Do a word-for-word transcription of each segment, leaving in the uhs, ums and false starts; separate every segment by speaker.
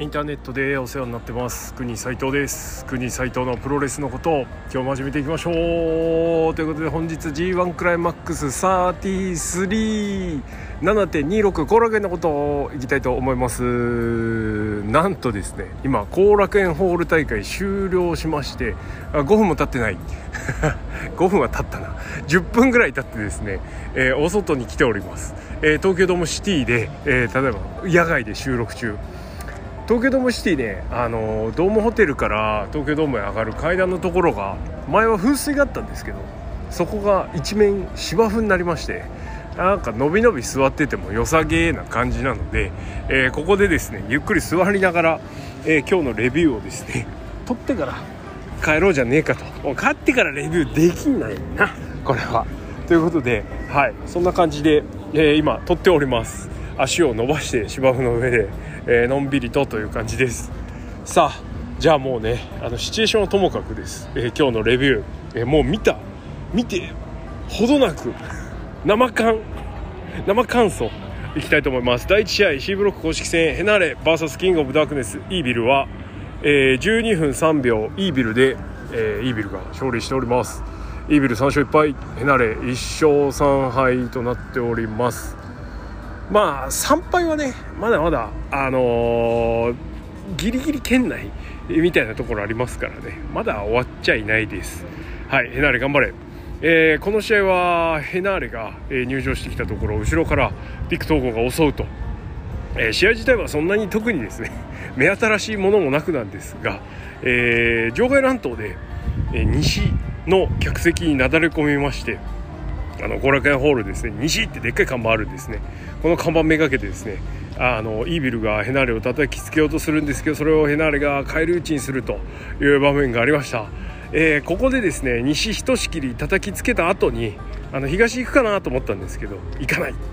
Speaker 1: インターネットでお世話になってます国斉藤です。国斉藤のプロレスのことを今日も始めていきましょうということで、本日 ジーワン クライマックスさんじゅうさん ななてんにじゅうろく 後楽園のことをいきたいと思います。なんとですね、今後楽園ホール大会終了しまして、あごふんも経ってないごふんは経ったなじゅっぷんぐらい経ってですね、えー、お外に来ております。えー、東京ドームシティで、えー、例えば野外で収録中、東京ドームシティね、あのドームホテルから東京ドームへ上がる階段のところが前は噴水があったんですけど、そこが一面芝生になりまして、なんかのびのび座ってても良さげな感じなので、えー、ここでですねゆっくり座りながら、えー、今日のレビューをですね撮ってから帰ろうじゃねえかと。もう帰ってからレビューできないなこれはということで、はい、そんな感じで、えー、今撮っております。足を伸ばして芝生の上で、えー、のんびりとという感じです。さあ、じゃあもうね、あのシチュエーションはともかくです、えー、今日のレビュー、えー、もう見た見てほどなく生感生感想いきたいと思います。だいいち試合 C ブロック公式戦ヘナーレ ブイエス キングオブダークネスイービルは、えー、じゅうにふんさんびょうイービルで、えー、イービルが勝利しております。イービルさんしょういっぱい、ヘナーレいっしょうさんはいとなっております。まあさん敗はねまだまだあのー、ギリギリ圏内みたいなところありますからね、まだ終わっちゃいないです。はい、ヘナーレ頑張れ。えー、この試合はヘナーレが、えー、入場してきたところを後ろからディック・トーゴが襲うと、えー、試合自体はそんなに特にですね目新しいものもなくなんですが、えー、場外乱闘で、えー、西の客席になだれ込みまして、あの後楽園ホールですね、西ってでっかい看板あるんですね。この看板めがけてですね、あのイービルがヘナーレを叩きつけようとするんですけど、それをヘナーレが返り討ちにするという場面がありました。えー、ここでですね西ひとしきり叩きつけた後にあの東行くかなと思ったんですけど行かない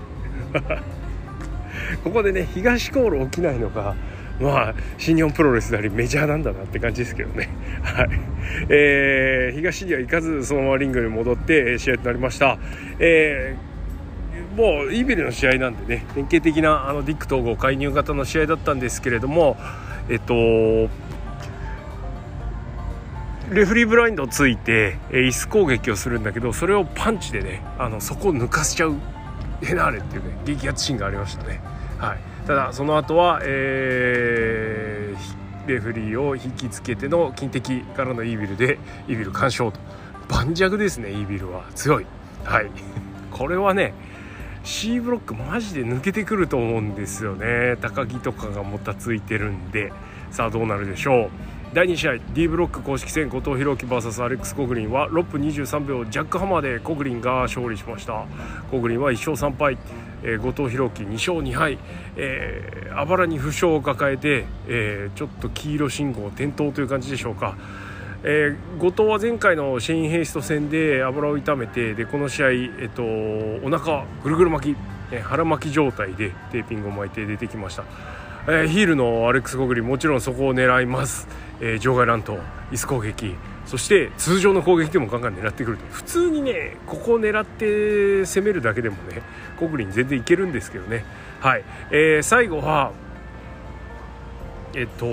Speaker 1: ここでね東コール起きないのがまあ新日本プロレスでありメジャーなんだなって感じですけどねはい、えー、東には行かずそのままリングに戻って試合となりました。えー、もうイービルの試合なんでね典型的なあのディック統合介入型の試合だったんですけれども、えっとレフリーブラインドをついて、えー、椅子攻撃をするんだけど、それをパンチでねあのそこを抜かしちゃうヘナーレっていうね激アツシーンがありましたね。はい、ただその後は、えー、レフリーを引きつけての金敵からのイービルでイービル完勝と。盤石ですね、イービルは強い。はいこれはね C ブロックマジで抜けてくると思うんですよね。高木とかがもたついてるんで、さあどうなるでしょう。だいに試合 D ブロック公式戦後藤弘樹 ブイエス アレックス・コグリンはろっぷんにじゅうさんびょうジャックハマーでコグリンが勝利しました。コグリンはいっしょうさん敗、えー、後藤弘樹にしょうに敗、えー、あばらに負傷を抱えて、えー、ちょっと黄色信号点灯という感じでしょうか。えー、後藤は前回のシェイン・ヘイスト戦であばらを痛めて、でこの試合、えっと、お腹ぐるぐる巻き、えー、腹巻き状態でテーピングを巻いて出てきました。えー、ヒールのアレックス・コグリンもちろんそこを狙います。えー、場外乱闘、椅子攻撃、そして通常の攻撃でもガンガン狙ってくると。普通にねここを狙って攻めるだけでもねコグリン全然いけるんですけどね。はい、えー、最後はえっと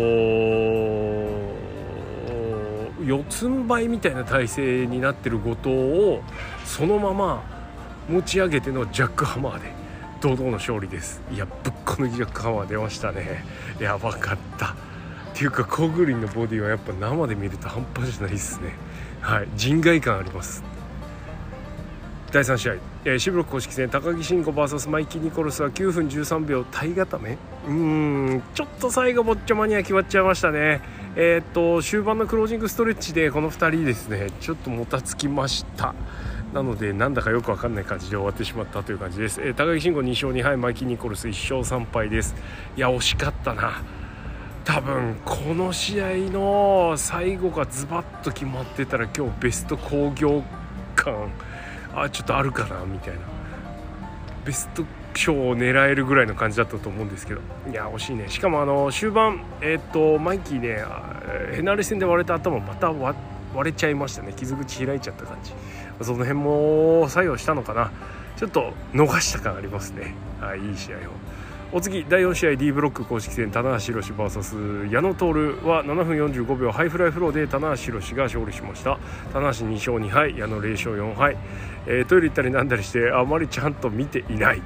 Speaker 1: 四つん這いみたいな体勢になってる後藤をそのまま持ち上げてのジャックハマーで堂々の勝利です。いやぶっこ抜きジャックハマー出ましたね。やばかったっていうか、コグリンのボディはやっぱ生で見ると半端じゃないですね。はい、人外感あります。だいさん試合、えー、C ブロック公式戦高木慎吾 ブイエス マイキー・ニコルスはきゅうふんじゅうさんびょう体固め、うーんちょっと最後ぼっちゃまには決まっちゃいましたね。えー、っと終盤のクロージングストレッチでこのふたりですねちょっともたつきました。なのでなんだかよく分かんない感じで終わってしまったという感じです。えー、高木慎吾にしょうに敗、マイキー・ニコルスいっしょうさん敗です。いや惜しかったな。多分この試合の最後がズバッと決まってたら今日ベスト興行感あちょっとあるかなみたいな、ベスト賞を狙えるぐらいの感じだったと思うんですけど、いや惜しいね。しかもあの終盤、えー、っとマイキーねヘナーレ戦で割れた頭また割れちゃいましたね。傷口開いちゃった感じ、その辺も作用したのかな。ちょっと逃した感ありますね。はい、いい試合をお次だいよん試合 D ブロック公式戦棚橋宏 ブイエス 矢野徹はななふんよんじゅうごびょうハイフライフローで棚橋宏が勝利しました。棚橋に勝に敗、矢野ぜろ勝よん敗、えー、トイレ行ったりなんだりしてあまりちゃんと見ていない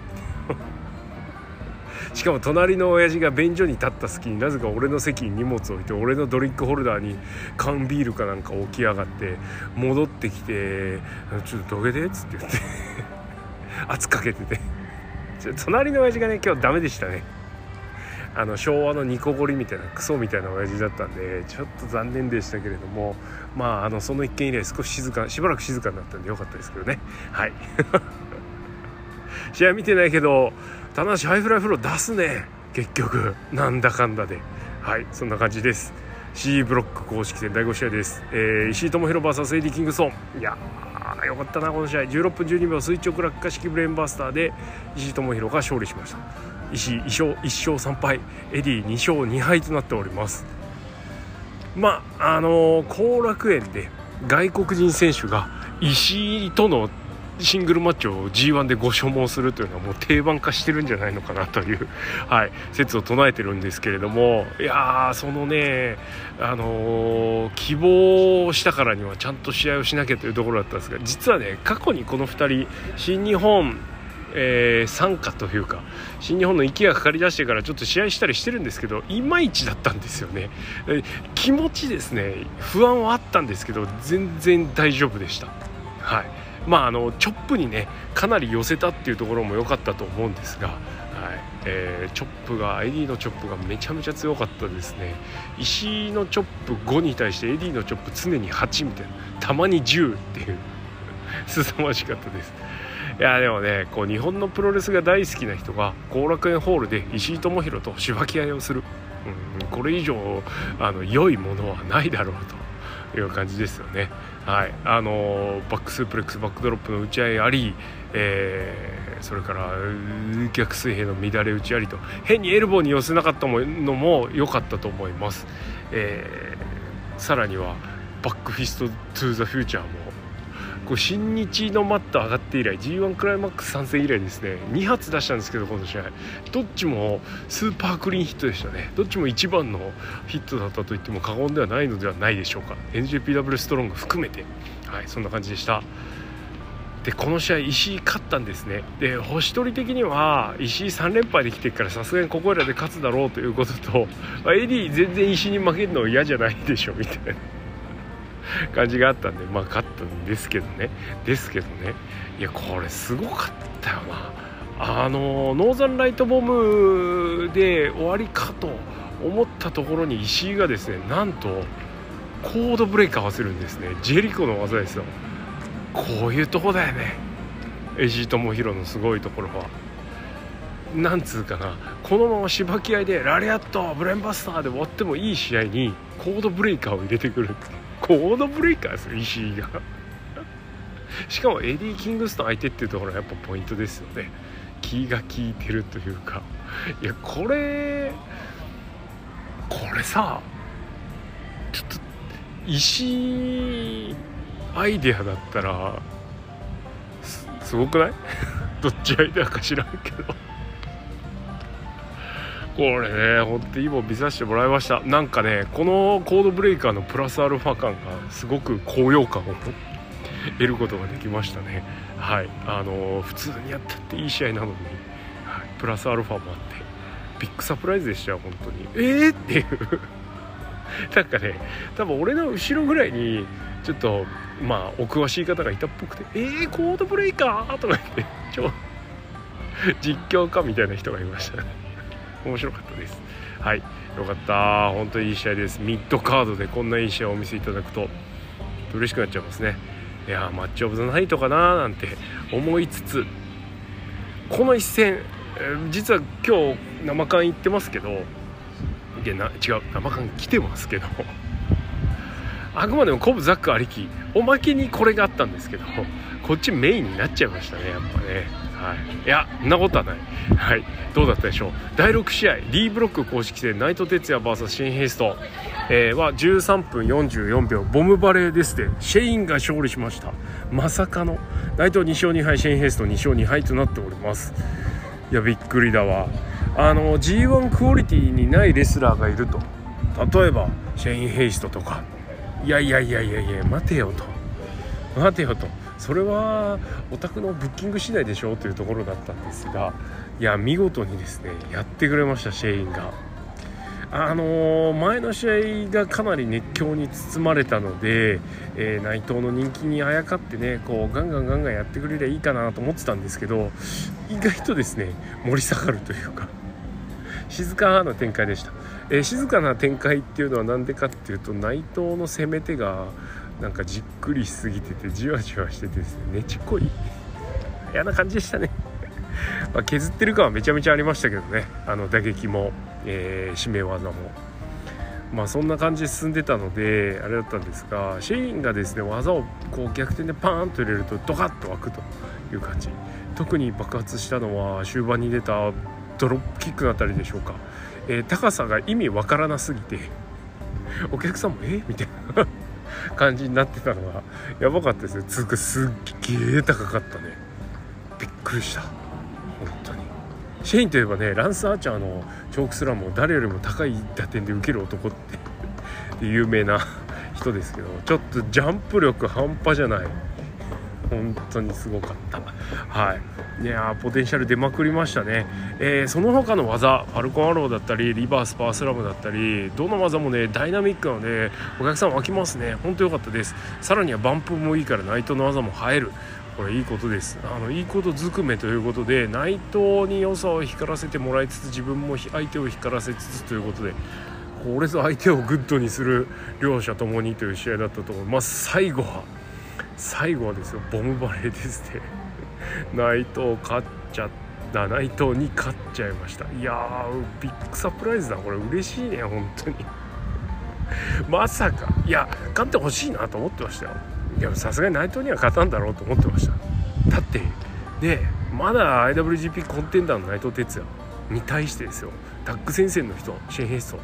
Speaker 1: しかも隣の親父が便所に立った隙になぜか俺の席に荷物を置いて俺のドリンクホルダーに缶ビールかなんか置きやがって戻ってきてちょっとどけてっつって言って圧かけてて隣の親父がね今日ダメでしたね。あの昭和のニコゴリみたいなクソみたいな親父だったんでちょっと残念でしたけれども、まああのその一件以来少し静かしばらく静かになったんでよかったですけどね。はい試合見てないけど棚橋ハイフライフロー出すね結局なんだかんだで。はいそんな感じです。 C ブロック公式戦だいご試合です。えー、石井智弘 ブイエス エディ・キングソン、いやーよかったなこの試合。じゅうろっぷんじゅうにびょう垂直落下式ブレーンバスターで石井智弘が勝利しました。石井いち勝さん敗、エディに勝に敗となっております。まああの後、ー、楽園で外国人選手が石井とのシングルマッチを ジーワン でご所望するというのはもう定番化してるんじゃないのかなという、はい、説を唱えてるんですけれども、いやーそのね、あのー、希望したからにはちゃんと試合をしなきゃというところだったんですが、実はね過去にこのふたり新日本えー、参加というか新日本の息がかかりだしてからちょっと試合したりしてるんですけどいまいちだったんですよね。気持ちですね不安はあったんですけど全然大丈夫でした。はいまああのチョップにねかなり寄せたっていうところも良かったと思うんですが、はいえー、チョップがエディのチョップがめちゃめちゃ強かったですね。石井のチョップごに対してエディのチョップ常にはちみたいな、たまにじゅうっていう凄まじかったです。いやでもねこう日本のプロレスが大好きな人が後楽園ホールで石井智弘としばき合いをする、うん、これ以上あの良いものはないだろうという感じですよね。はいあのバックスープレックスバックドロップの打ち合いあり、えー、それから逆水平の乱れ打ちありと変にエルボーに寄せなかったのも良かったと思います。えー、さらにはバックフィストトゥーザフューチャーもこう新日のマット上がって以来 ジーワン クライマックス参戦以来ですねに発出したんですけどこの試合どっちもスーパークリーンヒットでしたね。どっちも一番のヒットだったと言っても過言ではないのではないでしょうか。 エヌジェーピーダブリュー ストロング含めて、はい、そんな感じでした。でこの試合石井勝ったんですね。で星取り的には石井さん連敗できてるからさすがにここらで勝つだろうということと、まあ、エディ全然石井に負けるの嫌じゃないでしょみたいな感じがあったんでまあ勝ったんですけどねですけどねいやこれすごかったよな。あのノーザンライトボムで終わりかと思ったところに石井がですねなんとコードブレイク合わせるんですね。ジェリコの技ですよ。こういうとこだよね石井智弘のすごいところは。なんつうかなこのまましばき合いでラリアットブレーンバスターで終わってもいい試合にコードブレイカーを入れてくるコードブレイカーですよ石井がしかもエディ・キングストン相手っていうところがやっぱポイントですよね。気が利いてるというかいやこれこれさちょっと石井アイデアだったら す, すごくないどっちアイデアか知らんけどこれねほんといいもん見させてもらいました。なんかねこのコードブレイカーのプラスアルファ感がすごく高揚感を得ることができましたね。はいあのー、普通にやったっていい試合なのに、はい、プラスアルファもあってビッグサプライズでしたよ本当に。えーっていうなんかね多分俺の後ろぐらいにちょっとまあお詳しい方がいたっぽくてえーコードブレイカーとか言ってちょ実況かみたいな人がいましたね。面白かったです。はいよかった本当にいい試合です。ミッドカードでこんないい試合をお見せいただくと嬉しくなっちゃいますね。いやマッチオブザナイトかななんて思いつつこの一戦実は今日生観行ってますけどいやな違う生観来てますけどあくまでもコブザックありきおまけにこれがあったんですけどこっちメインになっちゃいましたねやっぱね。はい、いやそんなことはない。はいどうだったでしょう。だいろく試合 D ブロック公式戦内藤哲也 ブイエス シェインヘイスト、えー、はじゅうさんぷんよんじゅうよんびょうボムバレーですでシェインが勝利しました。まさかの内藤に勝に敗シェインヘイストに勝に敗となっております。いやびっくりだわ。 あの ジーワン クオリティにないレスラーがいると、例えばシェイン・ヘイストとか、いやいやいやいやいや待てよと待てよと、それはお宅のブッキング次第でしょうというところだったんですが、いや見事にですねやってくれました。シェインがあのー、前の試合がかなり熱狂に包まれたので、えー、内藤の人気にあやかってねこうガンガンガンガンやってくれりゃいいかなと思ってたんですけど、意外とですね盛り下がるというか静かな展開でした。えー、静かな展開っていうのはなんでかっていうと、内藤の攻め手がなんかじっくりしすぎててじわじわしててですね、ねちっこい嫌な感じでしたねまあ削ってる感はめちゃめちゃありましたけどね、あの打撃も、えー、締め技もまあそんな感じで進んでたのであれだったんですが、シェインがですね技をこう逆転でパーンと入れるとドカッと湧くという感じ。特に爆発したのは終盤に出たドロップキックのあたりでしょうか。えー、高さが意味わからなすぎてお客さんもえみたいな感じになってたのがやばかったですよ。つうかすっげえ高かったね、びっくりした本当に。シェインといえばね、ランス・アーチャーのチョークスラムを誰よりも高い打点で受ける男って有名な人ですけど、ちょっとジャンプ力半端じゃない、本当にすごかった。はい、いやポテンシャル出まくりましたね。えー、その他の技、ファルコンアローだったりリバースパワースラムだったり、どの技もねダイナミックなのでお客さん湧きますね。本当良かったです。さらにはバンプもいいから内藤の技も映える、これいいことです。あのいいことずくめということで、内藤に良さを光らせてもらいつつ自分も相手を光らせつつということで、これぞ相手をグッドにする両者ともにという試合だったと思います。最後は最後はですよ、ボムバレーですね内藤勝っちゃった内藤に勝っちゃいました。いやービッグサプライズだ、これ嬉しいね本当にまさか、いや勝ってほしいなと思ってましたよ。いやさすがに内藤には勝たんだろうと思ってました。だってね、まだ アイダブリュージーピー コンテンダーの内藤哲也に対してですよ、タッグ戦線の人シェイン・ヘイスト、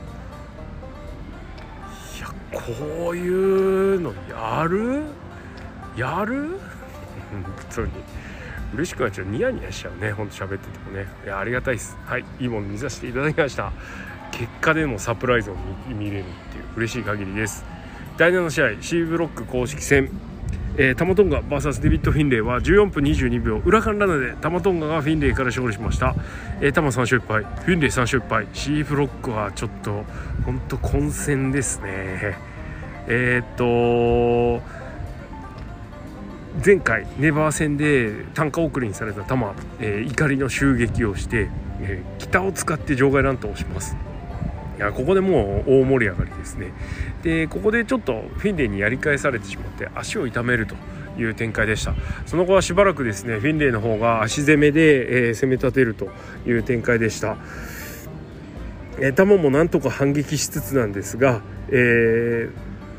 Speaker 1: いやこういうのやるやる本当に嬉しくなっちゃう、ニヤニヤしちゃうね、本当喋っててもね。いやありがたいです。はい、いいもの見させていただきました。結果でもサプライズを 見, 見れるっていう嬉しい限りです。だいなな試合 C ブロック公式戦、えー、タマトンガ ブイエス デビッド・フィンレイはじゅうよんぷんにじゅうにびょう裏間ラナでタマトンガがフィンレイから勝利しました。えー、タマさん勝いっぱい、フィンレイさん勝いっぱい。 C ブロックはちょっと本当混戦ですね。えー、っと前回ネバー戦で単価送りにされたタマ、えー、怒りの襲撃をして、えー、北を使って場外乱闘をします。いやここでもう大盛り上がりですね。でここでちょっとフィンレイにやり返されてしまって足を痛めるという展開でした。その後はしばらくですねフィンレイの方が足攻めで、えー、攻め立てるという展開でした。えー、タマもなんとか反撃しつつなんですが、えー、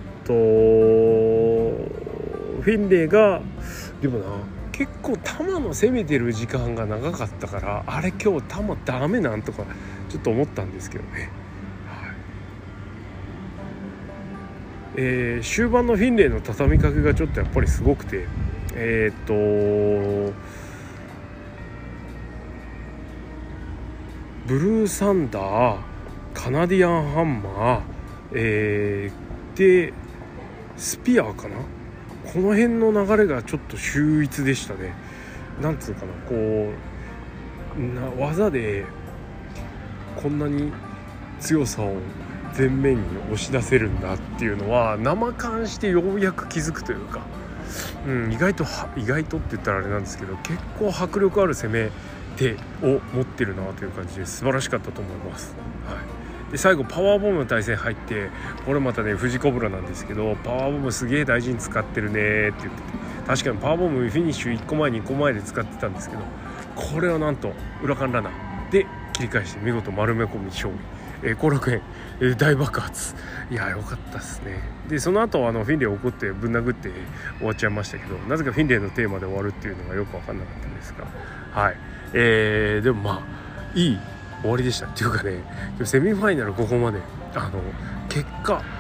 Speaker 1: とフィンレイがでもな結構タマの攻めてる時間が長かったから、あれ今日タマダメなんとかちょっと思ったんですけどね。えー、終盤のフィンレイの畳みかけがちょっとやっぱりすごくて、えー、っとブルーサンダー、カナディアンハンマー、えー、でスピアーかな、この辺の流れがちょっと秀逸でしたね。なんつうかな、こうな技でこんなに強さを前面に押し出せるんだっていうのは生感してようやく気づくというか、うん、意外と意外とって言ったらあれなんですけど、結構迫力ある攻め手を持ってるなという感じで素晴らしかったと思います。はい、で最後パワーボムの対戦入って、これまたねフジコブラなんですけど、パワーボムすげえ大事に使ってるねって言ってて、確かにパワーボムフィニッシュいっこまえにこまえで使ってたんですけど、これはなんと裏間ラナーで切り返して見事丸め込み勝利、えー、後楽園、えー、大爆発。いや良かったですね。でその後あのフィンレイ怒ってぶん殴って終わっちゃいましたけど、なぜかフィンレイのテーマで終わるっていうのがよく分かんなかったんですが、はい、えー、でもまあいい終わりでしたっていうかね、セミファイナルここまであの結果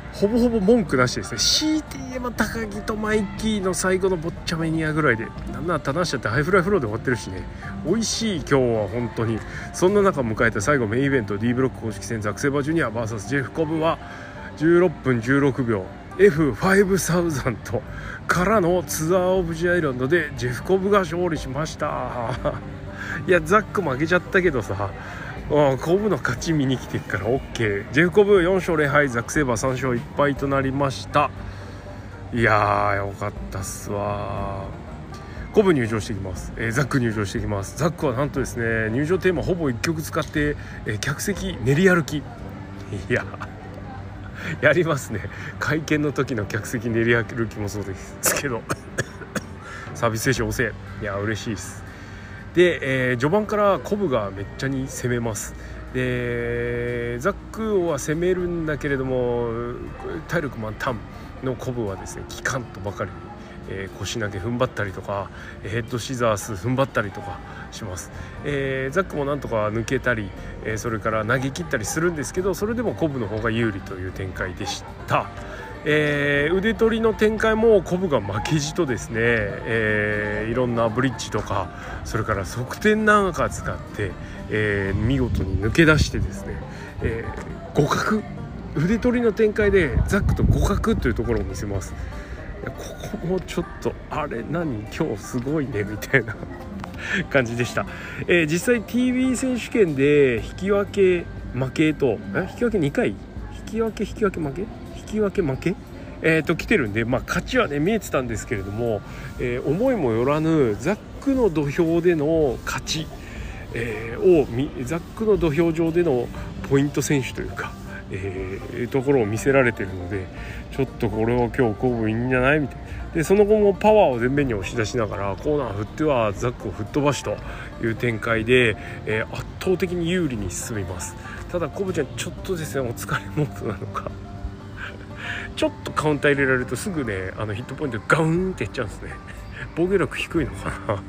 Speaker 1: ほぼほぼ文句なしですね。強いて言えば高木とマイキーの最後のボッチャメニアぐらいで、なんなら棚下ってハイフライフローで終わってるしね、美味しい今日は本当に。そんな中迎えた最後メインイベント D ブロック公式戦ザック・セイバージュニア ブイエス ジェフコブはじゅうろっぷんじゅうろくびょう エフごせん からのツアーオブジアイランドでジェフコブが勝利しましたいやザック負けちゃったけどさ、コブの勝ち見に来てるから OK。 ジェフコブよんしょうぜろはい、ザック・セイバーさんしょういっぱいとなりました。いやーよかったっすわ。コブ入場してきます、えー、ザック入場してきます。ザックはなんとですね、入場テーマほぼいっきょく使って、えー、客席練り歩き。いややりますね。会見の時の客席練り歩きもそうですけどサービス精神旺盛。いや嬉しいです。で、えー、序盤からコブがめっちゃに攻めます。でザックは攻めるんだけれども体力満タンのコブはですね、効かんとばかりに、えー、腰投げ踏ん張ったりとかヘッドシザース踏ん張ったりとかします。えー、ザックもなんとか抜けたり、えー、それから投げ切ったりするんですけど、それでもコブの方が有利という展開でした。えー、腕取りの展開もコブが負けじとですね、えー、いろんなブリッジとかそれから側転なんか使って、えー、見事に抜け出してですね、えー、互角腕取りの展開でザックと互角というところを見せます。いやここもちょっとあれ何今日すごいねみたいな感じでした。えー、実際 ティービー 選手権で引き分け負けとえ引き分けにかい引き分け引き分け負け引き分け負けえー、と来てるんで、まあ、勝ちはね見えてたんですけれども、えー、思いもよらぬザックの土俵での勝ち、えー、をザックの土俵上でのポイント選手というか、えー、ところを見せられているので、ちょっとこれは今日コブいいんじゃないみたいな。でその後もパワーを前面に押し出しながらコーナー振ってはザックを吹っ飛ばしという展開で、えー、圧倒的に有利に進みます。ただコブちゃんちょっとですねお疲れモードなのかちょっとカウンター入れられるとすぐねあのヒットポイントガウンっていっちゃうんですね。防御力低いのかな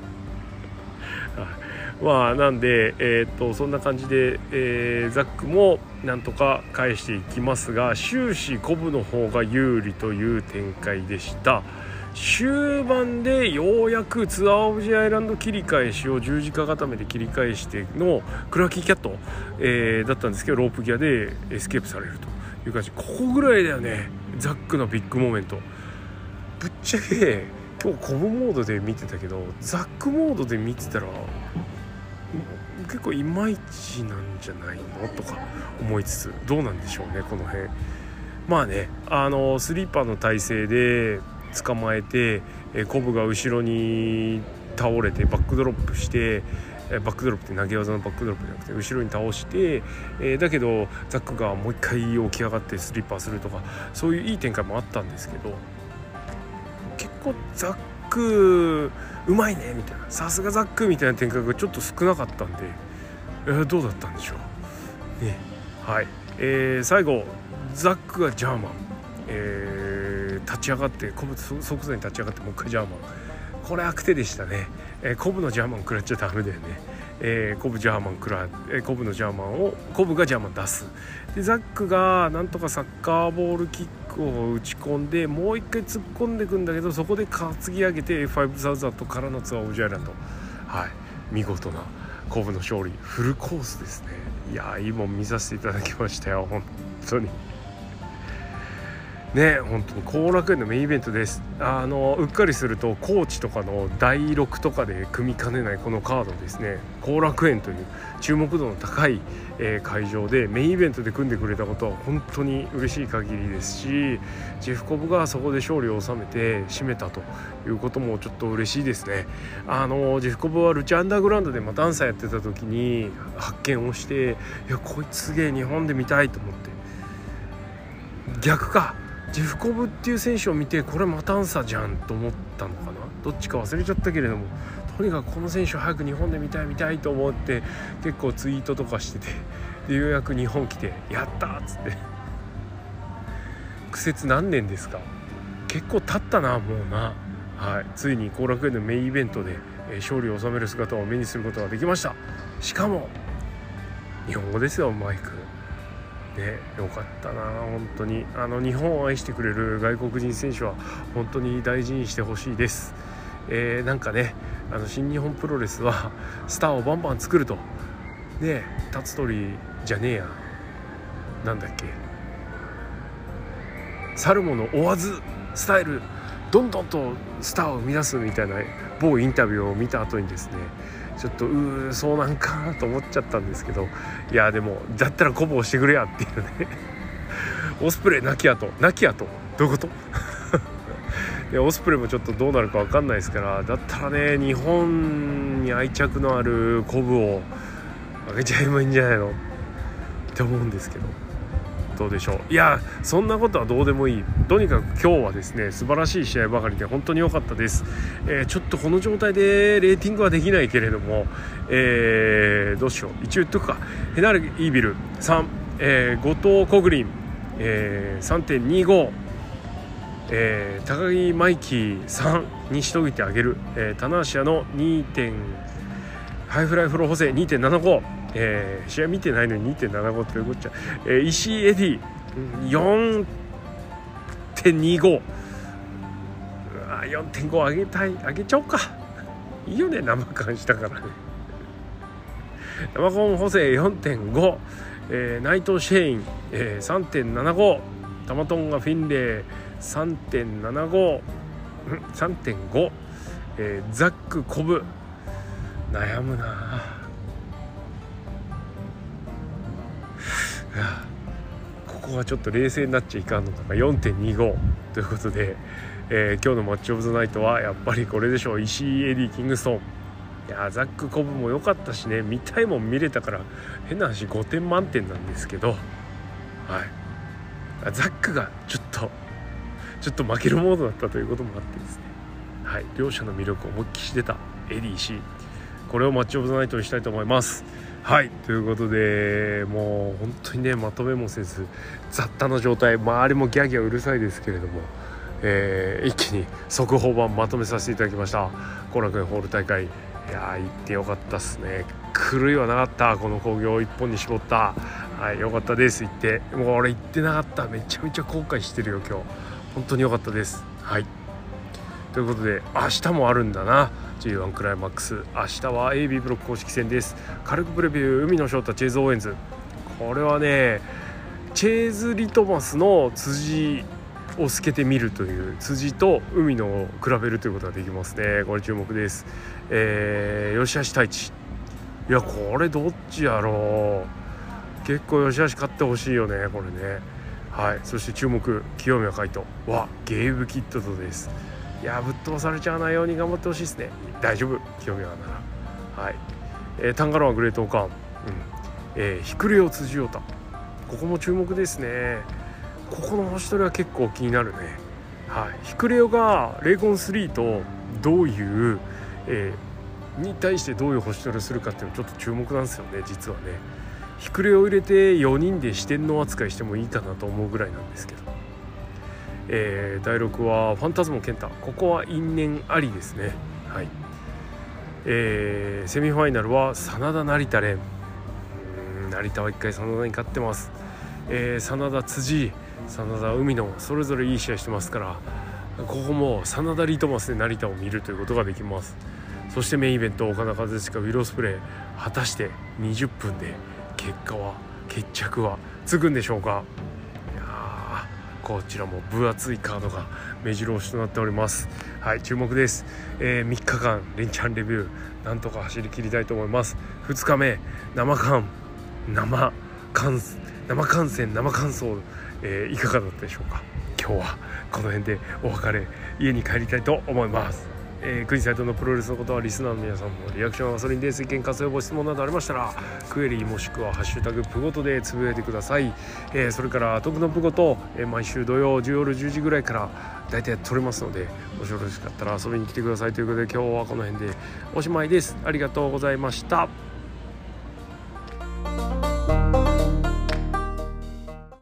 Speaker 1: まあなんで、えー、っとそんな感じで、えー、ザックもなんとか返していきますが、終始コブの方が有利という展開でした。終盤でようやくツアーオブジアイランド切り返しを十字架固めで切り返してのクラーキーキャット、えー、だったんですけど、ロープギアでエスケープされるという感じ。ここぐらいだよねザックのビッグモーメント。ぶっちゃけ今日コブモードで見てたけどザックモードで見てたら結構いまいちなんじゃないのとか思いつつ、どうなんでしょうねこの辺。まあねあのスリーパーの体勢で捕まえて、えコブが後ろに倒れてバックドロップして、えバックドロップって投げ技のバックドロップじゃなくて後ろに倒して、えー、だけどザックがもう一回起き上がってスリーパーするとか、そういういい展開もあったんですけど、結構ザックうまいねみたいな、さすがザックみたいな展開がちょっと少なかったんで、えー、どうだったんでしょうね。はい、えー、最後ザックがジャーマン、えー、立ち上がってコブ即座に立ち上がってもう一回ジャーマン、これ悪手でしたね。えー、コブのジャーマン食らっちゃダメだよね。えー、コブジャーマン食ら、えー、コブのジャーマンをコブがジャーマン出す。でザックがなんとかサッカーボールキックを打ち込んでもう一回突っ込んでいくんだけど、そこで担ぎ上げてファイブサウザンドからのツアーオブジアイランド、はい、見事なコブの勝利、フルコースですね。いやーいいもん見させていただきましたよ本当にね。本当に後楽園のメインイベントです。あのうっかりすると高知とかのだいろくとかで組みかねないこのカードですね。後楽園という注目度の高い、えー、会場でメインイベントで組んでくれたことは本当に嬉しい限りですし、ジェフコブがそこで勝利を収めて締めたということもちょっと嬉しいですね。あのジェフコブはルチャアンダーグラウンドでまたアンサーやってた時に発見をして、いやこいつすげえ日本で見たいと思って、逆かジェフコブっていう選手を見てこれマタンサじゃんと思ったのかな、どっちか忘れちゃったけれども、とにかくこの選手を早く日本で見たい見たいと思って結構ツイートとかしてて、でようやく日本来てやったーっつって苦節何年ですか、結構経ったなもうな。はい、ついに後楽園のメインイベントで勝利を収める姿を目にすることができました。しかも日本語ですよマイクね、よかったな本当に。あの日本を愛してくれる外国人選手は本当に大事にしてほしいです。えー、なんかね、あの新日本プロレスはスターをバンバン作るとね、辰鳥じゃねえやなんだっけ去る者追わずスタイルどんどんとスターを生み出すみたいな某インタビューを見た後にですね、ちょっとうーそうなんかと思っちゃったんですけど、いやでもだったらコボをしてくれやっていうねオスプレイなきやとなきやとどういうこといやオスプレイもちょっとどうなるか分かんないですから、だったらね日本に愛着のあるコブをあげちゃえばいいんじゃないのって思うんですけど、どうでしょう。いやそんなことはどうでもいい。とにかく今日はですね素晴らしい試合ばかりで本当に良かったです。えー、ちょっとこの状態でレーティングはできないけれども、えー、どうしよう一応言っとくか。ヘナル・イービルさん、えー、後藤コグリン、えー、さんてんにご、えー、高木マイキーさんにしといてあげる、えー、棚橋のにてんハイフライフロー補正 にてんななご、えー、試合見てないのに にてんななご っていうこっちゃ、えー、石井エディ よんてんにご、 うわ よんてんご 上げたい、上げちゃおうか。いいよね生感したからね。生コン補正 よんてんご、えー、内藤シェイン、えー、さんてんななご、タマトンガフィンレイ さんてんななご、さんてんご、えー、ザックコブ悩むな。ここはちょっと冷静になっちゃいかんのかな。 よんてんにご ということで、えー、今日のマッチオブザナイトはやっぱりこれでしょう。石井エディキングストン。いやザックコブも良かったしね、見たいもん見れたから変な話ごてん満点なんですけど、はい、ザックがちょっとちょっと負けるモードだったということもあってですね、はい、両者の魅力を思いっきし出たエディ石井、これをマッチオブザナイトにしたいと思います。はい、ということでもう本当にねまとめもせず雑多な状態、周りもギャギャうるさいですけれども、えー、一気に速報版まとめさせていただきました。後楽園ホール大会、いやー行ってよかったっすね。狂いはなかった。この興行一本に絞った。はい、よかったです。行ってもう俺行ってなかった。めちゃめちゃ後悔してるよ今日。本当によかったです。はい、ということで明日もあるんだな ジーワン クライマックス。明日は エービー ブロック公式戦です。軽くプレビュー、海野翔太チェイズ・オーエンズ。これはねチェイズ・リトマスの辻を透けてみるという、辻と海野を比べるということができますね。これ注目です。えー、吉橋太一、いやこれどっちやろう。結構吉橋勝ってほしいよねこれね。はい、そして注目清宮海斗はゲイブキッドとです。いやぶっ飛ばされちゃわないように頑張ってほしいですね。大丈夫清宮なら。はい、えー、タンガロンはグレートオカン、うん、えー、ヒクレオ辻陽太、ここも注目ですね。ここの星取りは結構気になるね。はい、ヒクレオがレイコンスリーとどういう、えー、に対してどういう星取りをするかっていうのちょっと注目なんですよね実はね。ヒクレオを入れてよにんで四天王扱いしてもいいかなと思うぐらいなんですけど、えー、だいろくはファンタズモ健太、ここは因縁ありですね。はい、えー、セミファイナルは真田成田蓮、成田はいっかい真田に勝ってます。えー、真田辻、真田海野、それぞれいい試合してますから、ここも真田リトマスで成田を見るということができます。そしてメインイベント岡田和親ウィロースプレー、果たしてにじゅっぷんで結果は決着はつくんでしょうか。いやこちらも分厚いカードが目白押しとなっております。はい、注目です。えー、みっかかん連チャンレビューなんとか走り切りたいと思います。ふつかめ生観生観生観戦生感想、えー、いかがだったでしょうか。今日はこの辺でお別れ、家に帰りたいと思います。えー、国斉藤のプロレスのことはリスナーの皆さんのリアクションはガソリンで意見活用ご質問などありましたらクエリもしくはハッシュタグプゴトでつぶやいてください。えー、それから徳のプゴト、えー、毎週土曜夜じゅうじぐらいからだいたい撮れますので、もしよろしかったら遊びに来てくださいということで今日はこの辺でおしまいです。ありがとうございました。